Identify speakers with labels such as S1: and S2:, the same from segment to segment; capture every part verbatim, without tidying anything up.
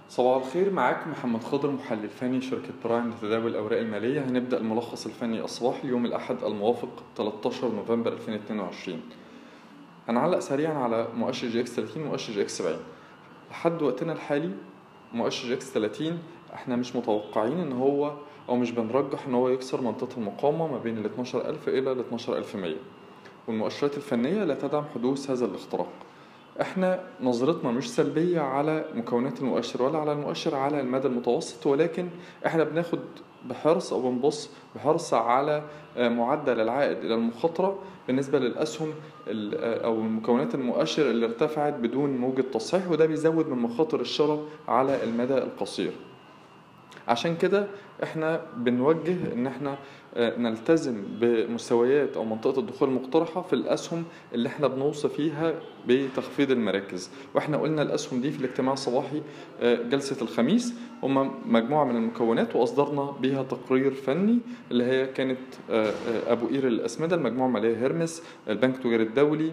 S1: صباح الخير، معاكم محمد خضر محلل فني شركة برايم لتداول الأوراق المالية. هنبدأ الملخص الفني الصباحي ليوم الأحد الموافق ثلاثة عشر نوفمبر ألفين واثنين وعشرين. هنعلق سريعا على مؤشر جي اكس ثلاثين ومؤشر جي اكس سبعين. لحد وقتنا الحالي مؤشر جي اكس ثلاثين احنا مش متوقعين ان هو او مش بنرجح ان هو يكسر منطقة المقاومة ما بين ال اثناشر ألف الى ال اثناشر ألف ومية، والمؤشرات الفنية لا تدعم حدوث هذا الاختراق. احنا نظرتنا مش سلبية على مكونات المؤشر ولا على المؤشر على المدى المتوسط، ولكن احنا بناخد بحرص او بنبص بحرص على معدل العائد الى المخاطرة بالنسبة للأسهم او مكونات المؤشر اللي ارتفعت بدون موجة تصحيح، وده بيزود من مخاطر الشراء على المدى القصير. عشان كده احنا بنوجه ان احنا نلتزم بمستويات او منطقة الدخول المقترحة في الاسهم اللي احنا بنوصي فيها بتخفيض المراكز. واحنا قلنا الاسهم دي في الاجتماع الصباحي جلسة الخميس هم مجموعة من المكونات، واصدرنا بيها تقرير فني اللي هي كانت ابو قير الاسمدة، المجموعة المالية هيرمس، البنك التجاري الدولي،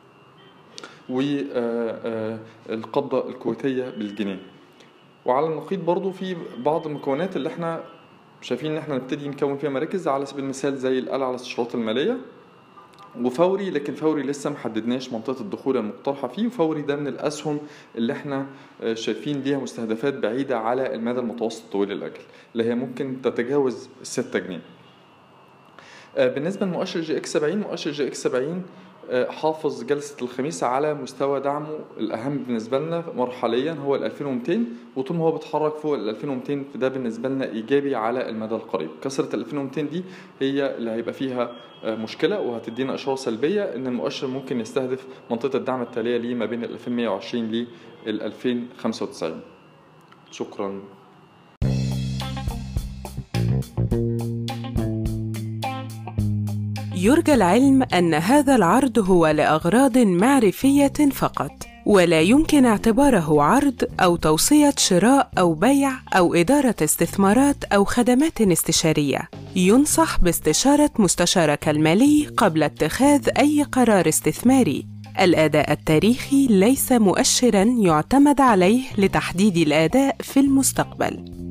S1: والقبضة الكويتية بالجنيه. وعلى النقيض برضو في بعض المكونات اللي احنا شايفين ان احنا نبتدي نكون فيها مراكز، على سبيل المثال زي القلعة على الاستشارات المالية وفوري، لكن فوري لسه محددناش منطقة الدخول المقترحة فيه. وفوري ده من الأسهم اللي احنا شايفين ليها مستهدفات بعيدة على المدى المتوسط طويل الأجل، اللي هي ممكن تتجاوز الستة جنيه. بالنسبة لمؤشر جي اكس سبعين، مؤشر جي اكس سبعين حافظ جلسة الخميس على مستوى دعمه الأهم بالنسبة لنا مرحليا هو ال ألفين ومئتين، وطول ما هو بيتحرك فوق ال ألفين ومئتين فده بالنسبة لنا إيجابي على المدى القريب. كسرة ال ألفين ومئتين دي هي اللي هيبقى فيها مشكلة وهتدينا إشارة سلبية إن المؤشر ممكن يستهدف منطقة الدعم التالية ليه ما بين ال ألفين ومئة وعشرين لل ألفين وخمسة وتسعين. شكرا.
S2: يرجى العلم أن هذا العرض هو لأغراض معرفية فقط، ولا يمكن اعتباره عرض أو توصية شراء أو بيع أو إدارة استثمارات أو خدمات استشارية. ينصح باستشارة مستشارك المالي قبل اتخاذ أي قرار استثماري. الأداء التاريخي ليس مؤشراً يعتمد عليه لتحديد الأداء في المستقبل.